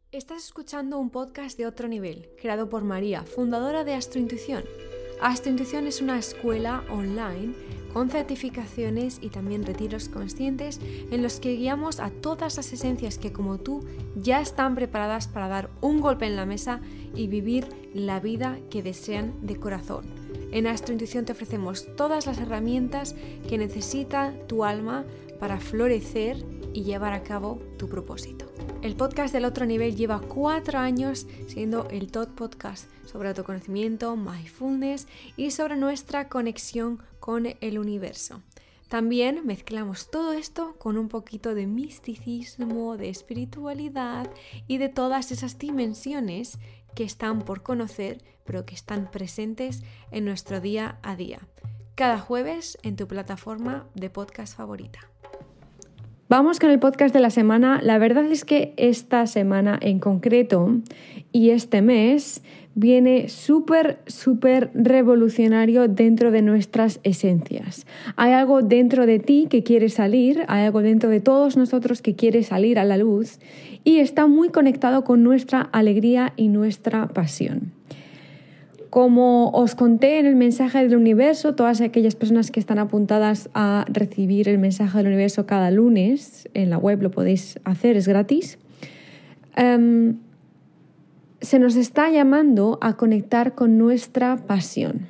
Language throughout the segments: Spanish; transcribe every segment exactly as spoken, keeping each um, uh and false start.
Estás escuchando un podcast de otro nivel, creado por María, fundadora de Astrointuición. Astrointuición es una escuela online con certificaciones y también retiros conscientes en los que guiamos a todas las esencias que, como tú, ya están preparadas para dar un golpe en la mesa y vivir la vida que desean de corazón. En Astrointuición te ofrecemos todas las herramientas que necesita tu alma para florecer y llevar a cabo tu propósito. El podcast del otro nivel lleva cuatro años siendo el top podcast sobre autoconocimiento, mindfulness y sobre nuestra conexión con el universo. También mezclamos todo esto con un poquito de misticismo, de espiritualidad y de todas esas dimensiones que están por conocer, pero que están presentes en nuestro día a día. Cada jueves en tu plataforma de podcast favorita. Vamos con el podcast de la semana. La verdad es que esta semana en concreto y este mes viene súper, súper revolucionario dentro de nuestras esencias. Hay algo dentro de ti que quiere salir, hay algo dentro de todos nosotros que quiere salir a la luz y está muy conectado con nuestra alegría y nuestra pasión. Como os conté en el mensaje del universo, todas aquellas personas que están apuntadas a recibir el mensaje del universo cada lunes, en la web lo podéis hacer, es gratis, um, se nos está llamando a conectar con nuestra pasión.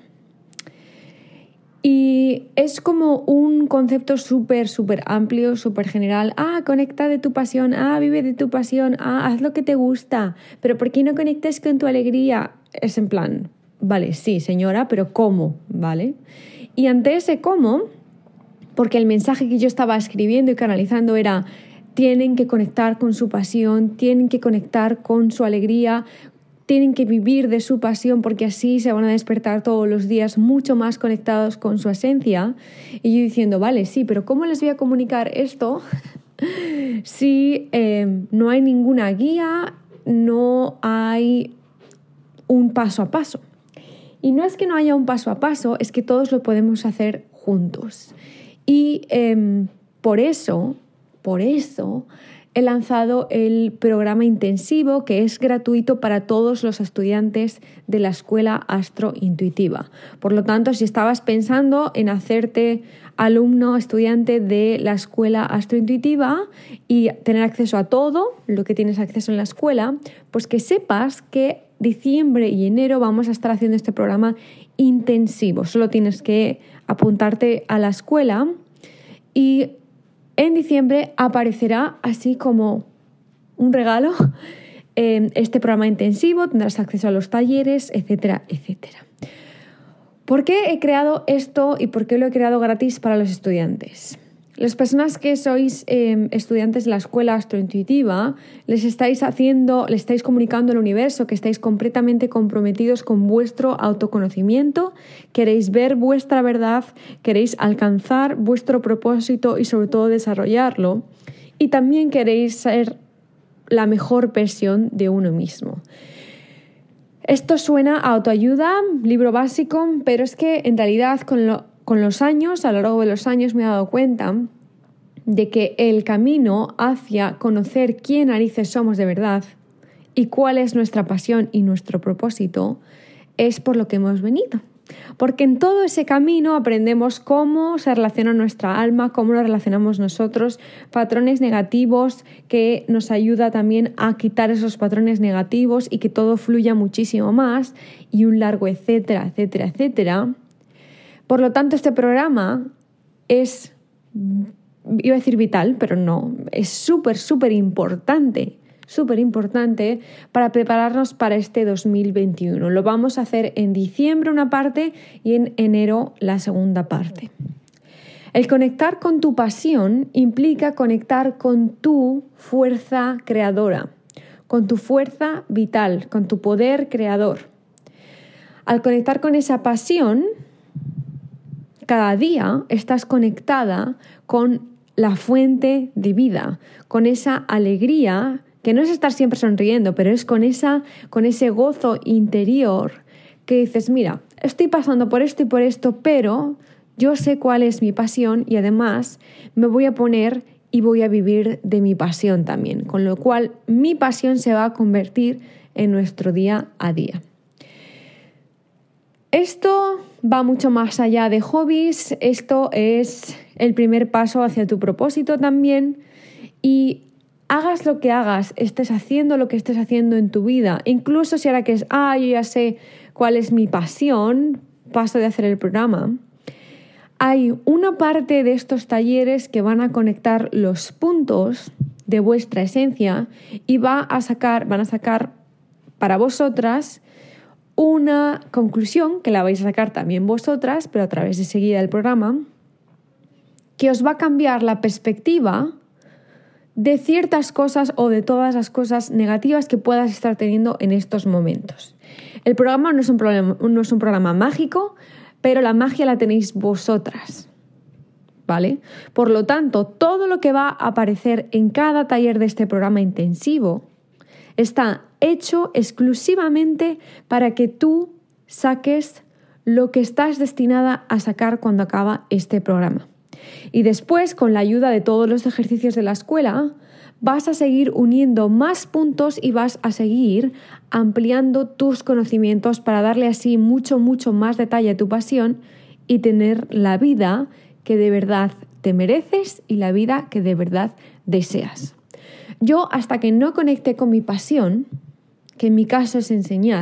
Y es como un concepto súper, súper amplio, súper general. Ah, conecta de tu pasión, ah, vive de tu pasión, ah, haz lo que te gusta, pero ¿por qué no conectes con tu alegría? Es en plan... Vale, sí, señora, pero ¿cómo? ¿Vale? Y ante ese cómo, porque el mensaje que yo estaba escribiendo y canalizando era tienen que conectar con su pasión, tienen que conectar con su alegría, tienen que vivir de su pasión porque así se van a despertar todos los días mucho más conectados con su esencia. Y yo diciendo, vale, sí, pero ¿cómo les voy a comunicar esto si eh, no hay ninguna guía, no hay un paso a paso? Y no es que no haya un paso a paso, es que todos lo podemos hacer juntos. Y eh, por eso, por eso he lanzado el programa intensivo que es gratuito para todos los estudiantes de la Escuela Astrointuitiva. Por lo tanto, si estabas pensando en hacerte alumno, estudiante de la Escuela Astrointuitiva y tener acceso a todo lo que tienes acceso en la escuela, pues que sepas que diciembre y enero vamos a estar haciendo este programa intensivo. Solo tienes que apuntarte a la escuela y en diciembre aparecerá así como un regalo eh, este programa intensivo, tendrás acceso a los talleres, etcétera, etcétera. ¿Por qué he creado esto y por qué lo he creado gratis para los estudiantes? Las personas que sois eh, estudiantes de la Escuela Astrointuitiva les estáis haciendo, les estáis comunicando al universo que estáis completamente comprometidos con vuestro autoconocimiento, queréis ver vuestra verdad, queréis alcanzar vuestro propósito y sobre todo desarrollarlo, y también queréis ser la mejor versión de uno mismo. Esto suena a autoayuda, libro básico, pero es que en realidad con lo Con los años, a lo largo de los años, me he dado cuenta de que el camino hacia conocer quién narices somos de verdad y cuál es nuestra pasión y nuestro propósito es por lo que hemos venido. Porque en todo ese camino aprendemos cómo se relaciona nuestra alma, cómo nos relacionamos nosotros, patrones negativos que nos ayuda también a quitar esos patrones negativos y que todo fluya muchísimo más y un largo etcétera, etcétera, etcétera. Por lo tanto, este programa es, iba a decir vital, pero no, es súper, súper importante, súper importante para prepararnos para este dos mil veintiuno. Lo vamos a hacer en diciembre una parte y en enero la segunda parte. El conectar con tu pasión implica conectar con tu fuerza creadora, con tu fuerza vital, con tu poder creador. Al conectar con esa pasión, cada día estás conectada con la fuente de vida, con esa alegría, que no es estar siempre sonriendo, pero es con, esa, con ese gozo interior que dices, mira, estoy pasando por esto y por esto, pero yo sé cuál es mi pasión y además me voy a poner y voy a vivir de mi pasión también, con lo cual mi pasión se va a convertir en nuestro día a día. Esto va mucho más allá de hobbies, esto es el primer paso hacia tu propósito también, y hagas lo que hagas, estés haciendo lo que estés haciendo en tu vida, incluso si ahora que es, ah, yo ya sé cuál es mi pasión, paso de hacer el programa, hay una parte de estos talleres que van a conectar los puntos de vuestra esencia y va a sacar, van a sacar para vosotras una conclusión, que la vais a sacar también vosotras, pero a través de seguida del programa, que os va a cambiar la perspectiva de ciertas cosas o de todas las cosas negativas que puedas estar teniendo en estos momentos. El programa no es un, problema, no es un programa mágico, pero la magia la tenéis vosotras, ¿vale? Por lo tanto, todo lo que va a aparecer en cada taller de este programa intensivo está hecho exclusivamente para que tú saques lo que estás destinada a sacar cuando acaba este programa. Y después, con la ayuda de todos los ejercicios de la escuela, vas a seguir uniendo más puntos y vas a seguir ampliando tus conocimientos para darle así mucho, mucho más detalle a tu pasión y tener la vida que de verdad te mereces y la vida que de verdad deseas. Yo, hasta que no conecté con mi pasión, que en mi caso es enseñar,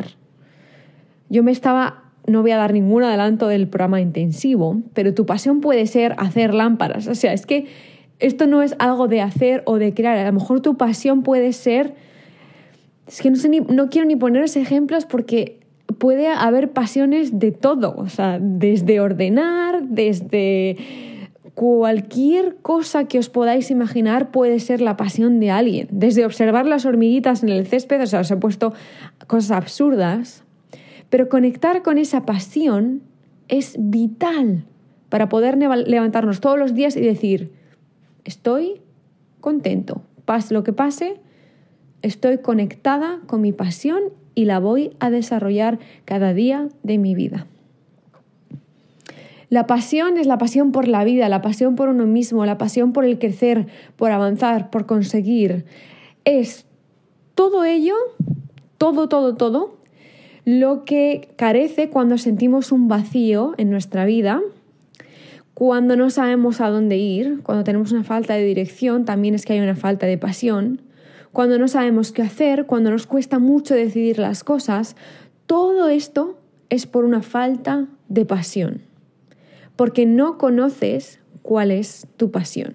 yo me estaba... No voy a dar ningún adelanto del programa intensivo, pero tu pasión puede ser hacer lámparas. O sea, es que esto no es algo de hacer o de crear. A lo mejor tu pasión puede ser... Es que no sé ni, no quiero ni poneros ejemplos porque puede haber pasiones de todo. O sea, desde ordenar, desde cualquier cosa que os podáis imaginar puede ser la pasión de alguien. Desde observar las hormiguitas en el césped, o sea, os he puesto cosas absurdas. Pero conectar con esa pasión es vital para poder levantarnos todos los días y decir, estoy contento, pase lo que pase, estoy conectada con mi pasión y la voy a desarrollar cada día de mi vida. La pasión es la pasión por la vida, la pasión por uno mismo, la pasión por el crecer, por avanzar, por conseguir. Es todo ello, todo, todo, todo, lo que carece cuando sentimos un vacío en nuestra vida, cuando no sabemos a dónde ir, cuando tenemos una falta de dirección, también es que hay una falta de pasión, cuando no sabemos qué hacer, cuando nos cuesta mucho decidir las cosas, todo esto es por una falta de pasión, porque no conoces cuál es tu pasión.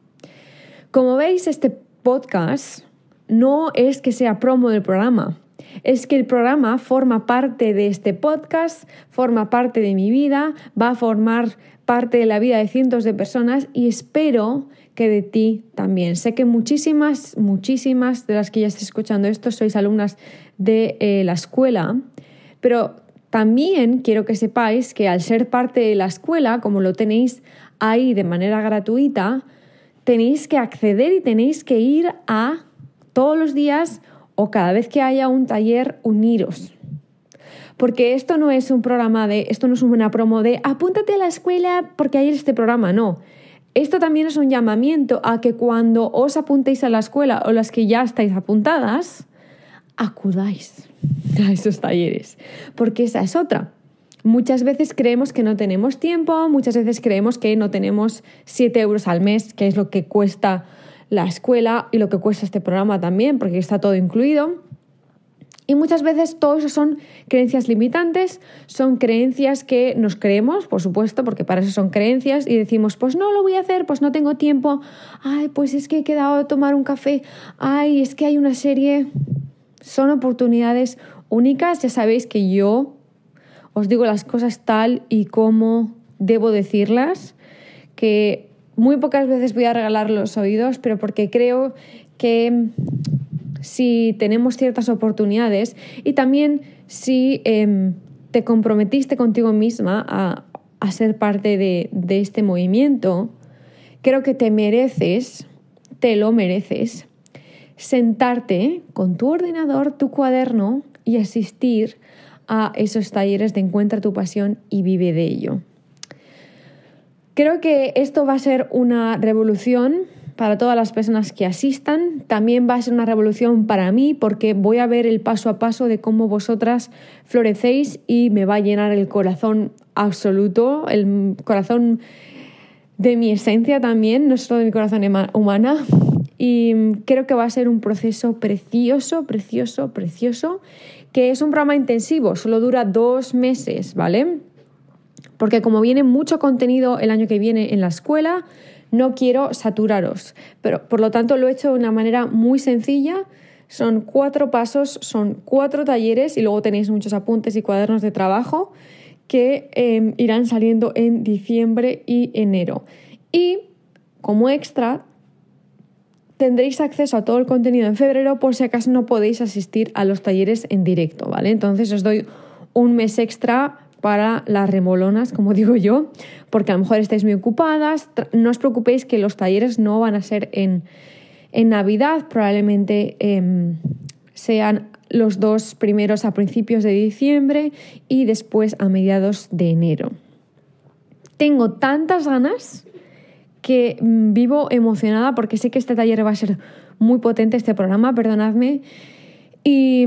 Como veis, este podcast no es que sea promo del programa, es que el programa forma parte de este podcast, forma parte de mi vida, va a formar parte de la vida de cientos de personas y espero que de ti también. Sé que muchísimas, muchísimas de las que ya estáis escuchando esto sois alumnas de eh, la escuela, pero también quiero que sepáis que al ser parte de la escuela, como lo tenéis ahí de manera gratuita, tenéis que acceder y tenéis que ir a todos los días o cada vez que haya un taller, uniros. Porque esto no es un programa de, esto no es una promo de apúntate a la escuela porque hay este programa, no. Esto también es un llamamiento a que cuando os apuntéis a la escuela o las que ya estáis apuntadas, acudáis a esos talleres. Porque esa es otra. Muchas veces creemos que no tenemos tiempo, muchas veces creemos que no tenemos siete euros al mes, que es lo que cuesta la escuela y lo que cuesta este programa también, porque está todo incluido. Y muchas veces todo eso son creencias limitantes, son creencias que nos creemos, por supuesto, porque para eso son creencias, y decimos, pues no lo voy a hacer, pues no tengo tiempo, ay, pues es que he quedado a tomar un café, ay, es que hay una serie. Son oportunidades únicas, ya sabéis que yo os digo las cosas tal y como debo decirlas, que muy pocas veces voy a regalar los oídos, pero porque creo que si tenemos ciertas oportunidades y también si eh, te comprometiste contigo misma a, a ser parte de, de este movimiento, creo que te mereces, te lo mereces, sentarte con tu ordenador, tu cuaderno y asistir a esos talleres de Encuentra tu pasión y vive de ello. Creo que esto va a ser una revolución para todas las personas que asistan. También va a ser una revolución para mí porque voy a ver el paso a paso de cómo vosotras florecéis y me va a llenar el corazón absoluto, el corazón de mi esencia también, no solo de mi corazón humana. Y creo que va a ser un proceso precioso, precioso, precioso, que es un programa intensivo, solo dura dos meses, ¿vale? Porque como viene mucho contenido el año que viene en la escuela, no quiero saturaros, pero por lo tanto lo he hecho de una manera muy sencilla. Son cuatro pasos, son cuatro talleres y luego tenéis muchos apuntes y cuadernos de trabajo que eh, irán saliendo en diciembre y enero. Y como extra tendréis acceso a todo el contenido en febrero por si acaso no podéis asistir a los talleres en directo, ¿vale? Entonces os doy un mes extra para las remolonas, como digo yo, porque a lo mejor estáis muy ocupadas. No os preocupéis que los talleres no van a ser en, en Navidad, probablemente eh, sean los dos primeros a principios de diciembre y después a mediados de enero. Tengo tantas ganas que vivo emocionada porque sé que este taller va a ser muy potente, este programa, perdonadme. Y...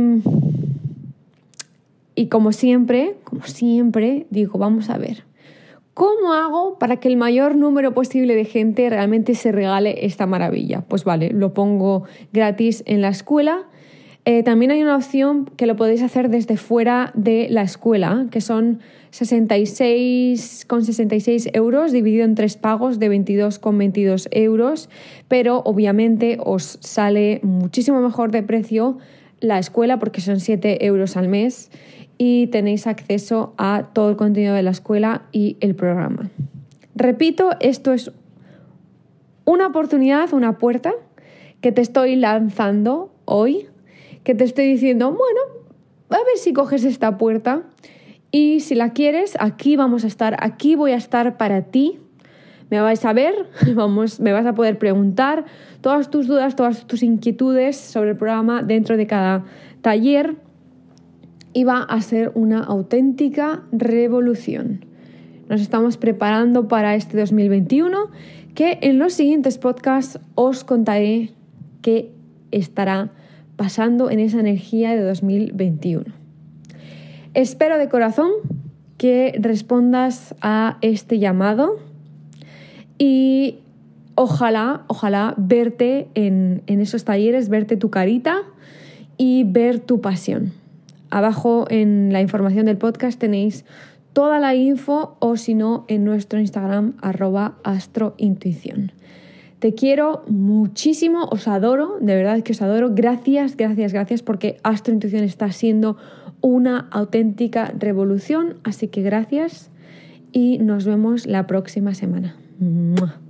Y como siempre, como siempre, digo, vamos a ver, ¿cómo hago para que el mayor número posible de gente realmente se regale esta maravilla? Pues vale, lo pongo gratis en la escuela. Eh, también hay una opción que lo podéis hacer desde fuera de la escuela, que son sesenta y seis coma sesenta y seis euros dividido en tres pagos de veintidós coma veintidós euros, pero obviamente os sale muchísimo mejor de precio la escuela porque son siete euros al mes y tenéis acceso a todo el contenido de la escuela y el programa. Repito, esto es una oportunidad, una puerta que te estoy lanzando hoy, que te estoy diciendo, bueno, a ver si coges esta puerta y si la quieres, aquí vamos a estar, aquí voy a estar para ti. Me vais a ver, vamos, me vas a poder preguntar todas tus dudas, todas tus inquietudes sobre el programa dentro de cada taller y va a ser una auténtica revolución. Nos estamos preparando para este dos mil veintiuno, que en los siguientes podcasts os contaré qué estará pasando en esa energía de dos mil veintiuno. Espero de corazón que respondas a este llamado y ojalá, ojalá verte en, en esos talleres, verte tu carita y ver tu pasión. Abajo en la información del podcast tenéis toda la info o si no en nuestro Instagram arroba astrointuición. Te quiero muchísimo, os adoro, de verdad que os adoro. Gracias, gracias, gracias porque Astrointuición está siendo una auténtica revolución. Así que gracias y nos vemos la próxima semana. ¡Mua!